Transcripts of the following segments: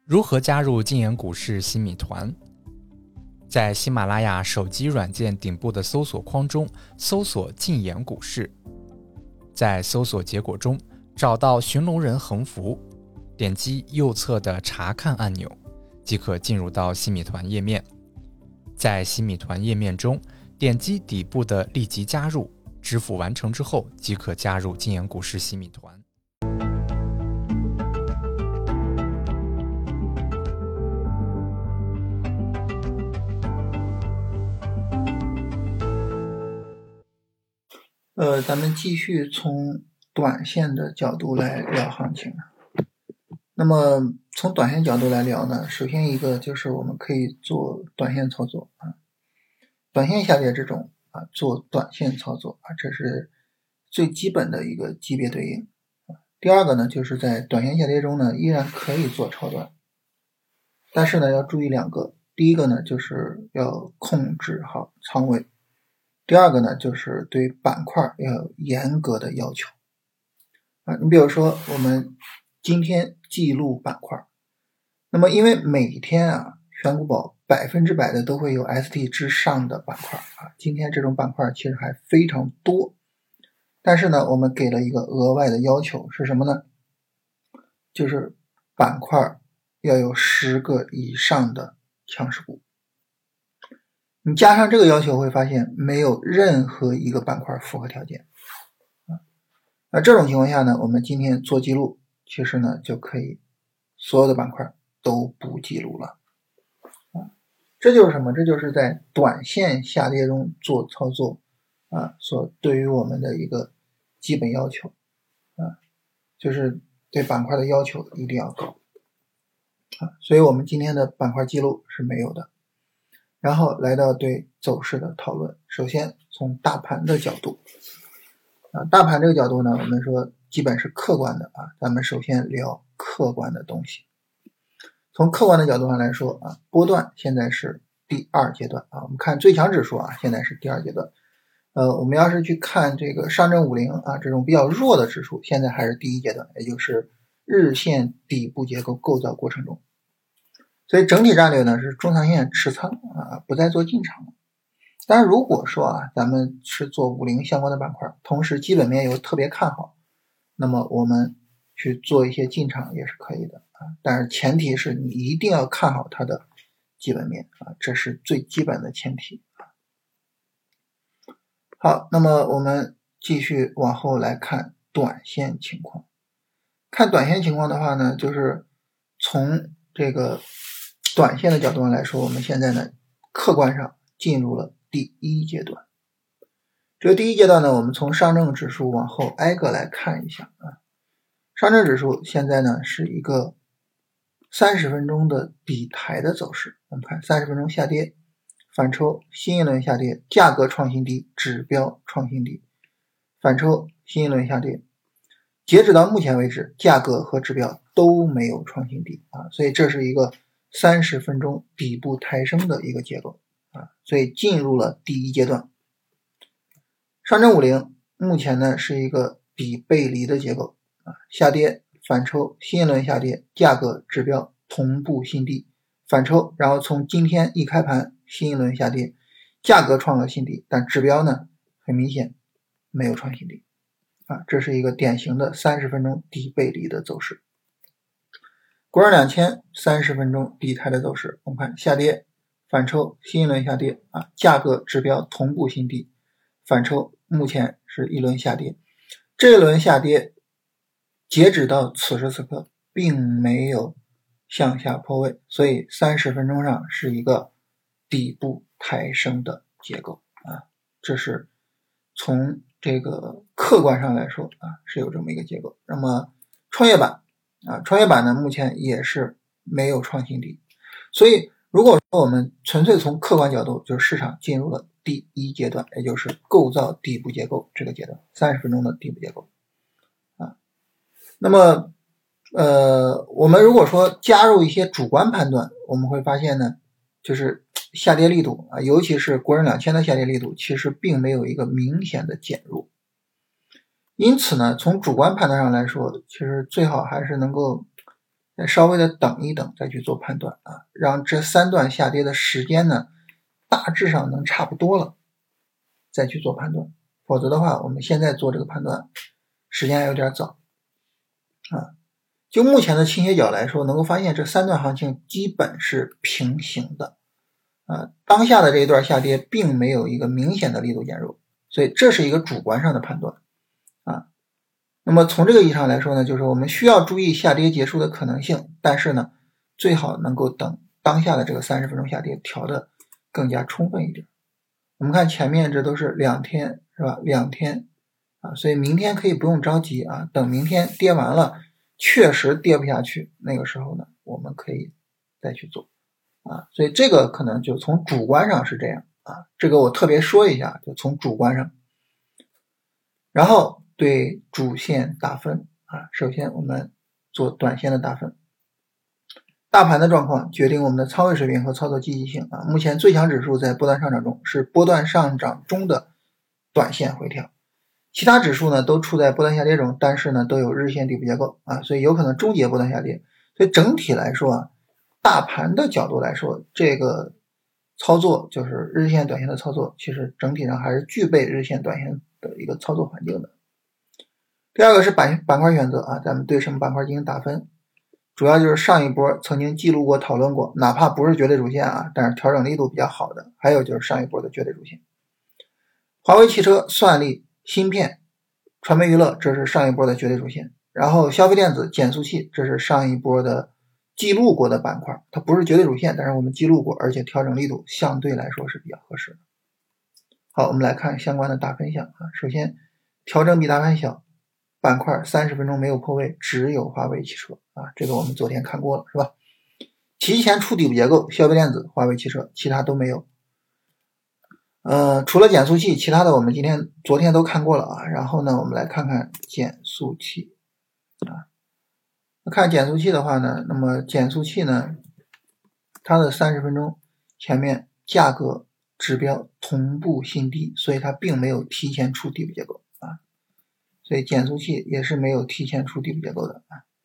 如何加入禁言股市新米团？在喜马拉雅手机软件顶部的搜索框中搜索禁言股市，在搜索结果中找到寻龙人横幅，点击右侧的查看按钮，即可进入到新米团页面。在新米团页面中点击底部的立即加入，支付完成之后即可加入禁言股市新米团。 咱们继续从短线的角度来聊行情。那么从短线角度来聊呢，首先一个就是我们可以做短线操作短线下跌这种做短线操作这是最基本的一个级别对应第二个呢，就是在短线下跌中呢，依然可以做超短，但是呢要注意两个，第一个呢就是要控制好仓位，第二个呢就是对板块要有严格的要求你比如说我们今天记录板块，那么因为每天选股宝100%的都会有 ST 之上的板块今天这种板块其实还非常多，但是呢我们给了一个额外的要求是什么呢？就是板块要有10个以上的强势股。你加上这个要求会发现没有任何一个板块符合条件那这种情况下呢，我们今天做记录其实呢就可以所有的板块都不记录了这就是什么？这就是在短线下跌中做操作所对于我们的一个基本要求就是对板块的要求一定要高所以我们今天的板块记录是没有的。然后来到对走势的讨论，首先从大盘的角度大盘这个角度呢，我们说基本是客观的咱们首先聊客观的东西。从客观的角度上来说波段现在是第二阶段我们看最强指数现在是第二阶段我们要是去看这个上证50这种比较弱的指数，现在还是第一阶段，也就是日线底部结构构造过程中。所以整体战略呢是中长线持仓不再做进场。但是如果说咱们是做50相关的板块，同时基本面又特别看好，那么我们去做一些进场也是可以的但是前提是你一定要看好它的基本面这是最基本的前提好，那么我们继续往后来看短线情况。看短线情况的话呢，就是从这个短线的角度上来说，我们现在呢客观上进入了第一阶段。这个第一阶段呢，我们从上证指数往后挨个来看一下上证指数现在呢是一个30分钟的底台的走势，我们看30分钟下跌，反抽，新一轮下跌，价格创新低，指标创新低，反抽，新一轮下跌。截止到目前为止，价格和指标都没有创新低所以这是一个30分钟底部抬升的一个结构所以进入了第一阶段。上证50目前呢是一个底背离的结构下跌，反抽，新一轮下跌，价格指标同步新低，反抽，然后从今天一开盘新一轮下跌，价格创了新低，但指标呢很明显没有创新低这是一个典型的30分钟底背离的走势。国证2000 30分钟底台的走势，我们看下跌，反抽，新一轮下跌价格指标同步新低，反抽，目前是一轮下跌。这一轮下跌截止到此时此刻并没有向下破位，所以30分钟上是一个底部抬升的结构这是从这个客观上来说是有这么一个结构。那么创业板创业板呢目前也是没有创新低，所以如果说我们纯粹从客观角度，就是市场进入了第一阶段，也就是构造底部结构这个阶段，30分钟的底部结构那么我们如果说加入一些主观判断，我们会发现呢，就是下跌力度尤其是国证2000的下跌力度其实并没有一个明显的减弱。因此呢，从主观判断上来说，其实最好还是能够再稍微的等一等再去做判断啊，让这3段下跌的时间呢大致上能差不多了再去做判断，否则的话我们现在做这个判断时间还有点早啊。就目前的倾斜角来说，能够发现这3段行情基本是平行的当下的这一段下跌并没有一个明显的力度减弱，所以这是一个主观上的判断啊。那么从这个意义上来说呢，就是我们需要注意下跌结束的可能性，但是呢最好能够等当下的这个30分钟下跌调的更加充分一点。我们看前面这都是2天是吧，2天所以明天可以不用着急啊，等明天跌完了确实跌不下去，那个时候呢我们可以再去做所以这个可能就从主观上是这样这个我特别说一下，就从主观上。然后对主线打分首先我们做短线的打分。大盘的状况决定我们的仓位水平和操作积极性目前最强指数在波段上涨中，是波段上涨中的短线回调，其他指数呢都处在波段下跌中，但是呢都有日线底部结构所以有可能终结波段下跌。所以整体来说大盘的角度来说，这个操作就是日线短线的操作，其实整体上还是具备日线短线的一个操作环境的。第二个是板块选择咱们对什么板块进行打分，主要就是上一波曾经记录过讨论过，哪怕不是绝对主线但是调整力度比较好的，还有就是上一波的绝对主线。华为汽车、算力、芯片、传媒娱乐，这是上一波的绝对主线，然后消费电子、减速器，这是上一波的记录过的板块，它不是绝对主线，但是我们记录过，而且调整力度相对来说是比较合适的。好，我们来看相关的大分项首先调整比大盘小，板块30分钟没有破位，只有华为汽车这个我们昨天看过了是吧？提前出底部结构，消费电子、华为汽车，其他都没有。除了减速器，其他的我们昨天都看过了然后呢我们来看看减速器看减速器的话呢，那么减速器呢它的30分钟前面价格指标同步新低，所以它并没有提前出底部结构所以减速器也是没有提前出底部结构的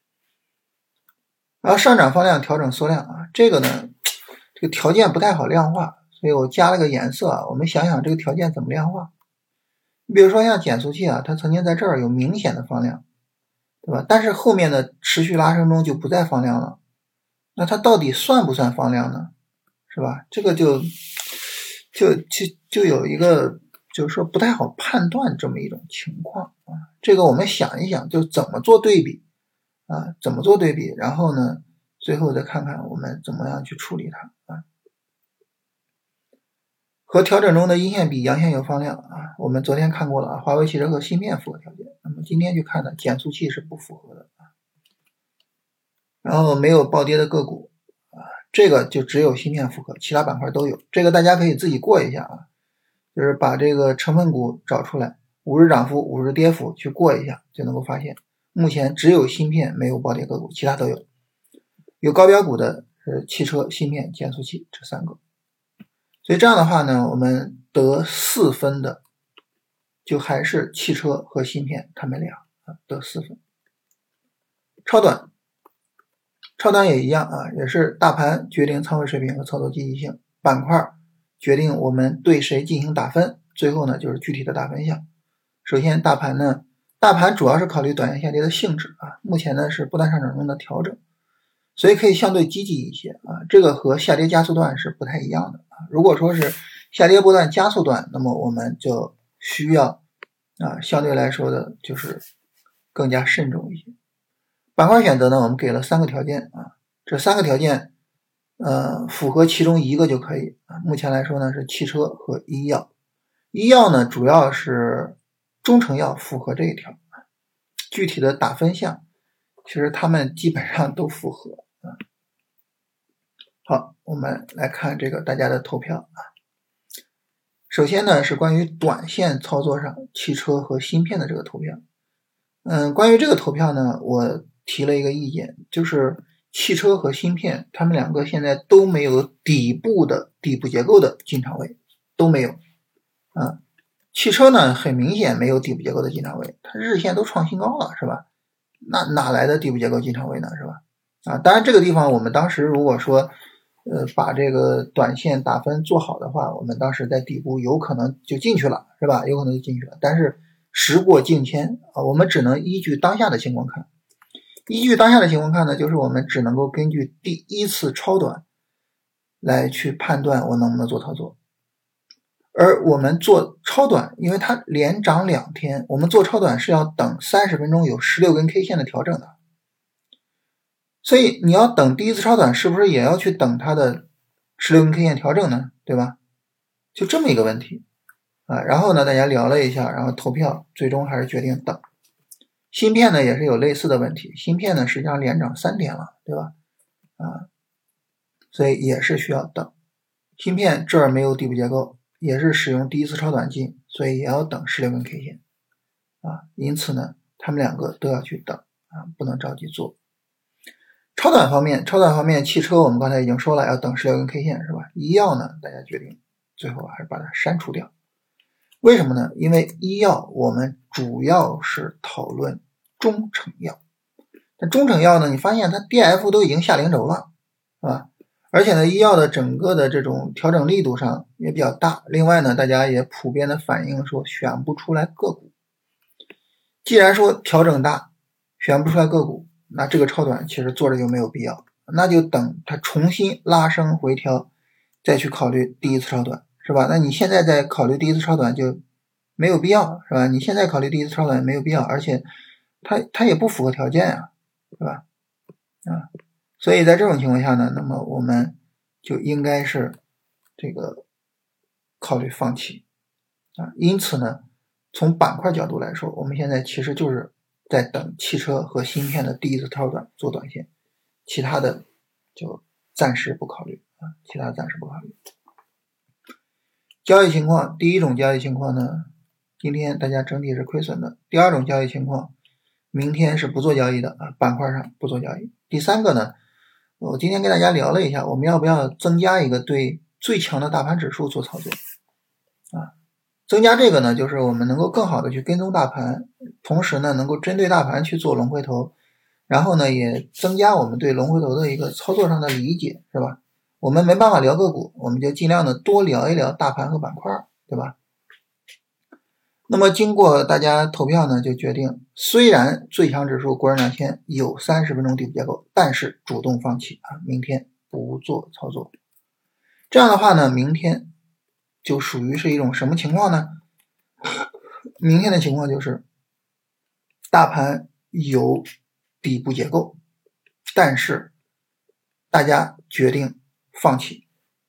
然后上涨放量调整缩量这个呢这个条件不太好量化，所以我加了个颜色我们想想这个条件怎么量化。你比如说像减速器它曾经在这儿有明显的放量，对吧？但是后面的持续拉升中就不再放量了，那它到底算不算放量呢？是吧？这个就有一个就是说不太好判断这么一种情况这个我们想一想就怎么做对比怎么做对比，然后呢最后再看看我们怎么样去处理它和调整中的阴线比，阳线有放量我们昨天看过了华为汽车和芯片符合条件，那么今天去看呢减速器是不符合的然后没有暴跌的个股这个就只有芯片符合，其他板块都有，这个大家可以自己过一下就是把这个成分股找出来，5日涨幅5日跌幅去过一下，就能够发现目前只有芯片没有暴跌个股，其他都有。有高标股的是汽车、芯片、减速器这3个，所以这样的话呢我们得4分的就还是汽车和芯片，他们俩得4分。超短也一样也是大盘决定仓位水平和操作积极性，板块决定我们对谁进行打分，最后呢就是具体的大分项。首先大盘主要是考虑短线下跌的性质目前呢是波段上涨中的调整，所以可以相对积极一些这个和下跌加速段是不太一样的如果说是下跌波段加速段，那么我们就需要相对来说的就是更加慎重一些。板块选择呢我们给了3个条件这3个条件符合其中一个就可以目前来说呢是汽车和医药。医药呢主要是中成药符合这一条具体的打分项其实他们基本上都符合好，我们来看这个大家的投票首先呢是关于短线操作上汽车和芯片的这个投票关于这个投票呢我提了一个意见，就是汽车和芯片他们2个现在都没有底部结构的进场位，都没有汽车呢很明显没有底部结构的进场位，它日线都创新高了是吧？那哪来的底部结构进场位呢是吧？ 当然这个地方我们当时如果说把这个短线打分做好的话，我们当时在底部有可能就进去了，是吧？有可能就进去了。但是时过境迁我们只能依据当下的情况看。依据当下的情况看呢，就是我们只能够根据第一次超短来去判断我能不能做操作。而我们做超短，因为它连涨2天，我们做超短是要等30分钟有16根 K 线的调整的。所以你要等第一次超短，是不是也要去等它的16根 K 线调整呢？对吧？就这么一个问题然后呢，大家聊了一下，然后投票，最终还是决定等。芯片呢也是有类似的问题，芯片呢实际上连涨3天了，对吧？所以也是需要等。芯片这儿没有底部结构，也是使用第一次超短进，所以也要等16根 K 线因此呢，他们两个都要去等不能着急做。超短方面，汽车我们刚才已经说了，要等16根 K 线，是吧？医药呢，大家决定最后还是把它删除掉。为什么呢？因为医药我们主要是讨论中成药。那中成药呢，你发现它 DF 都已经下0轴了，是吧？而且呢，医药的整个的这种调整力度上也比较大。另外呢，大家也普遍的反映说选不出来个股。既然说调整大，选不出来个股，那这个超短其实做着就没有必要，那就等它重新拉升回调，再去考虑第一次超短，是吧？那你现在在考虑第一次超短就没有必要，是吧？你现在考虑第一次超短没有必要，而且它也不符合条件是吧？所以在这种情况下呢，那么我们就应该是这个考虑放弃因此呢，从板块角度来说，我们现在其实就是在等汽车和芯片的第一次超短做短线，其他的就暂时不考虑交易情况，第一种交易情况呢，今天大家整体是亏损的。第二种交易情况，明天是不做交易的板块上不做交易。第三个呢，我今天跟大家聊了一下，我们要不要增加一个对最强的大盘指数做操作增加这个呢，就是我们能够更好的去跟踪大盘，同时呢能够针对大盘去做龙回头，然后呢也增加我们对龙回头的一个操作上的理解，是吧？我们没办法聊个股，我们就尽量的多聊一聊大盘和板块，对吧？那么经过大家投票呢，就决定虽然最强指数国证2000有30分钟底部结构，但是主动放弃明天不做操作。这样的话呢，明天就属于是一种什么情况呢？明天的情况就是大盘有底部结构，但是大家决定放弃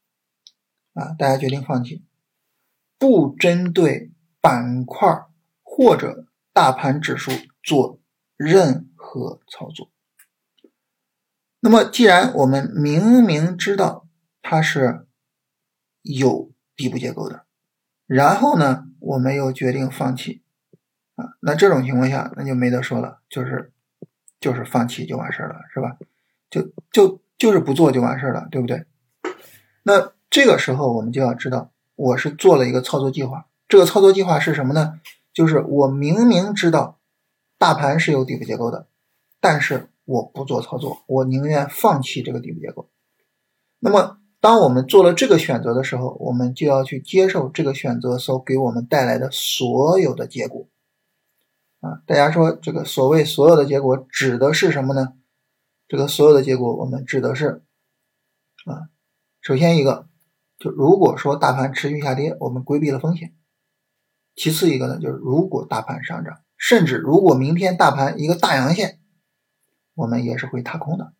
不针对板块或者大盘指数做任何操作。那么既然我们明明知道它是有底部结构的，然后呢我们又决定放弃那这种情况下那就没得说了，就是放弃就完事了，是吧？就是不做就完事了，对不对？那这个时候我们就要知道，我是做了一个操作计划。这个操作计划是什么呢？就是我明明知道大盘是有底部结构的，但是我不做操作，我宁愿放弃这个底部结构。那么当我们做了这个选择的时候，我们就要去接受这个选择所给我们带来的所有的结果大家说这个所谓所有的结果指的是什么呢？这个所有的结果我们指的是首先一个就如果说大盘持续下跌，我们规避了风险。其次一个呢，就是如果大盘上涨，甚至如果明天大盘一个大阳线，我们也是会踏空的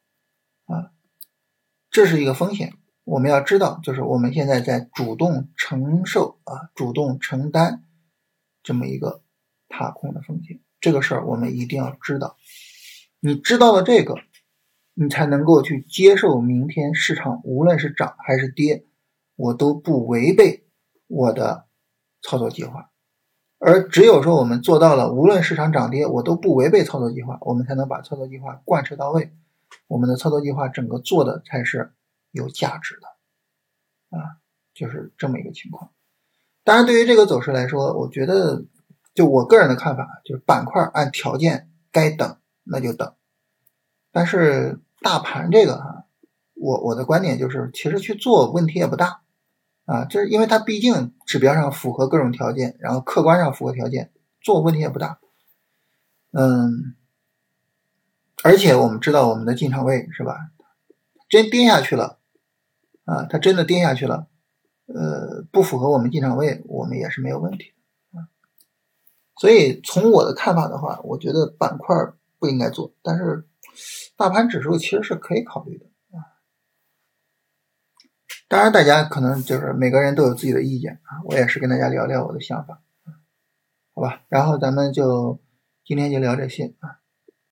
这是一个风险。我们要知道，就是我们现在在主动承受主动承担这么一个踏空的风险，这个事儿我们一定要知道。你知道了这个，你才能够去接受明天市场无论是涨还是跌，我都不违背我的操作计划。而只有说我们做到了无论市场涨跌我都不违背操作计划，我们才能把操作计划贯彻到位，我们的操作计划整个做的才是有价值的就是这么一个情况。当然对于这个走势来说，我觉得就我个人的看法，就是板块按条件该等那就等但是大盘这个我的观点就是其实去做问题也不大这是因为它毕竟指标上符合各种条件，然后客观上符合条件，做问题也不大。而且我们知道我们的进场位是吧，真跌下去了它真的跌下去了不符合我们进场位，我们也是没有问题的所以从我的看法的话，我觉得板块不应该做，但是大盘指数其实是可以考虑的当然大家可能就是每个人都有自己的意见我也是跟大家聊聊我的想法好吧，然后咱们就今天就聊这些